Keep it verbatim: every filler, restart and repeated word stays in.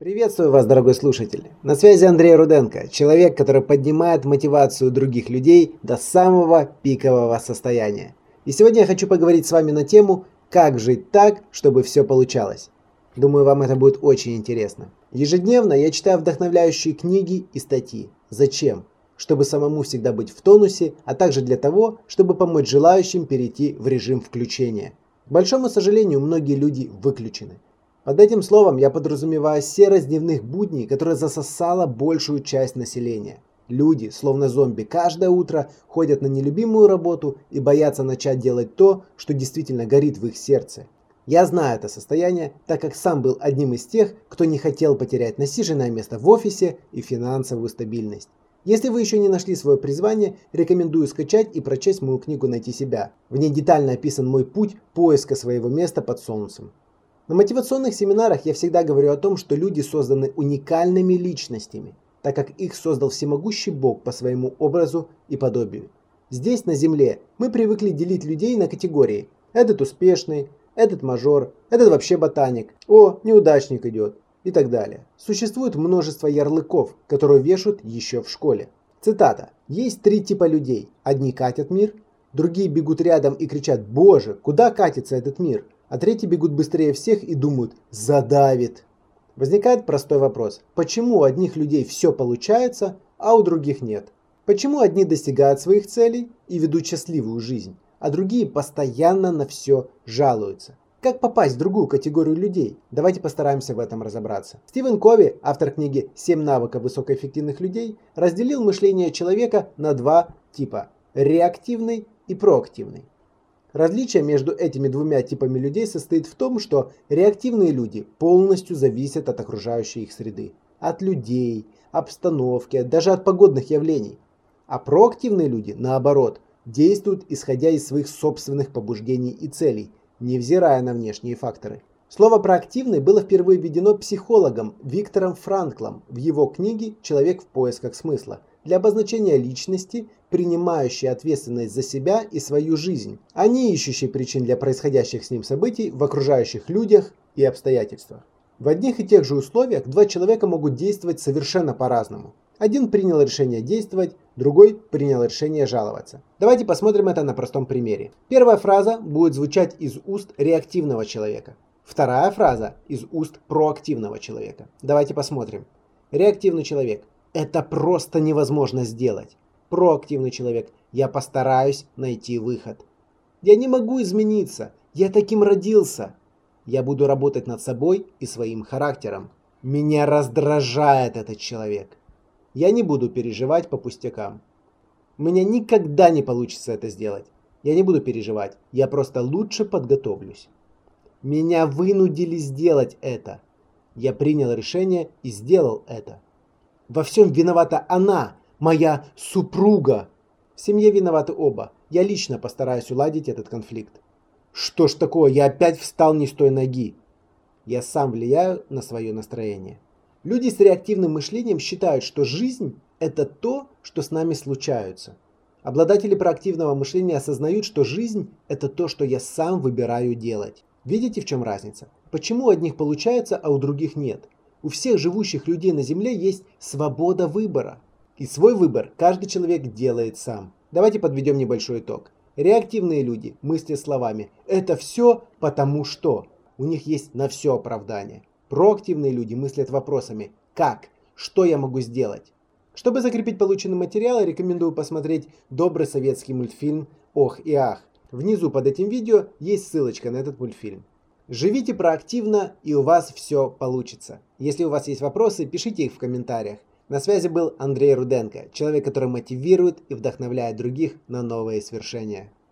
Приветствую вас, дорогой слушатель. На связи Андрей Руденко, человек, который поднимает мотивацию других людей до самого пикового состояния. И сегодня я хочу поговорить с вами на тему «Как жить так, чтобы все получалось». Думаю, вам это будет очень интересно. Ежедневно я читаю вдохновляющие книги и статьи. Зачем? Чтобы самому всегда быть в тонусе, а также для того, чтобы помочь желающим перейти в режим включения. К большому сожалению, многие люди выключены. Под этим словом я подразумеваю серость дневных будней, которая засосала большую часть населения. Люди, словно зомби, каждое утро ходят на нелюбимую работу и боятся начать делать то, что действительно горит в их сердце. Я знаю это состояние, так как сам был одним из тех, кто не хотел потерять насиженное место в офисе и финансовую стабильность. Если вы еще не нашли свое призвание, рекомендую скачать и прочесть мою книгу «Найти себя». В ней детально описан мой путь поиска своего места под солнцем. На мотивационных семинарах я всегда говорю о том, что люди созданы уникальными личностями, так как их создал всемогущий Бог по своему образу и подобию. Здесь, на Земле, мы привыкли делить людей на категории. Этот успешный, этот мажор, этот вообще ботаник, о, неудачник идет и так далее. Существует множество ярлыков, которые вешают еще в школе. Цитата. «Есть три типа людей. Одни катят мир, другие бегут рядом и кричат: Боже, куда катится этот мир? А третьи бегут быстрее всех и думают: задавит». Возникает простой вопрос. Почему у одних людей все получается, а у других нет? Почему одни достигают своих целей и ведут счастливую жизнь, а другие постоянно на все жалуются? Как попасть в другую категорию людей? Давайте постараемся в этом разобраться. Стивен Кови, автор книги «семь навыков высокоэффективных людей», разделил мышление человека на два типа – реактивный и проактивный. Различие между этими двумя типами людей состоит в том, что реактивные люди полностью зависят от окружающей их среды, от людей, обстановки, даже от погодных явлений. А проактивные люди, наоборот, действуют исходя из своих собственных побуждений и целей, невзирая на внешние факторы. Слово «проактивный» было впервые введено психологом Виктором Франклом в его книге «Человек в поисках смысла» для обозначения личности, принимающей ответственность за себя и свою жизнь, а не ищущей причин для происходящих с ним событий в окружающих людях и обстоятельствах. В одних и тех же условиях два человека могут действовать совершенно по-разному. Один принял решение действовать, другой принял решение жаловаться. Давайте посмотрим это на простом примере. Первая фраза будет звучать из уст реактивного человека. Вторая фраза из уст проактивного человека. Давайте посмотрим. Реактивный человек. Это просто невозможно сделать. Проактивный человек. Я постараюсь найти выход. Я не могу измениться. Я таким родился. Я буду работать над собой и своим характером. Меня раздражает этот человек. Я не буду переживать по пустякам. У меня никогда не получится это сделать. Я не буду переживать. Я просто лучше подготовлюсь. Меня вынудили сделать это. Я принял решение и сделал это. Во всем виновата она, моя супруга. В семье виноваты оба. Я лично постараюсь уладить этот конфликт. Что ж такое, я опять встал не с той ноги. Я сам влияю на свое настроение. Люди с реактивным мышлением считают, что жизнь – это то, что с нами случается. Обладатели проактивного мышления осознают, что жизнь – это то, что я сам выбираю делать. Видите, в чем разница? Почему у одних получается, а у других нет? У всех живущих людей на Земле есть свобода выбора. И свой выбор каждый человек делает сам. Давайте подведем небольшой итог. Реактивные люди мыслят словами «это все потому что». У них есть на все оправдание. Проактивные люди мыслят вопросами «как?», «что я могу сделать?». Чтобы закрепить полученный материал, рекомендую посмотреть добрый советский мультфильм «Ох и ах». Внизу под этим видео есть ссылочка на этот мультфильм. Живите проактивно, и у вас все получится. Если у вас есть вопросы, пишите их в комментариях. На связи был Андрей Руденко, человек, который мотивирует и вдохновляет других на новые свершения.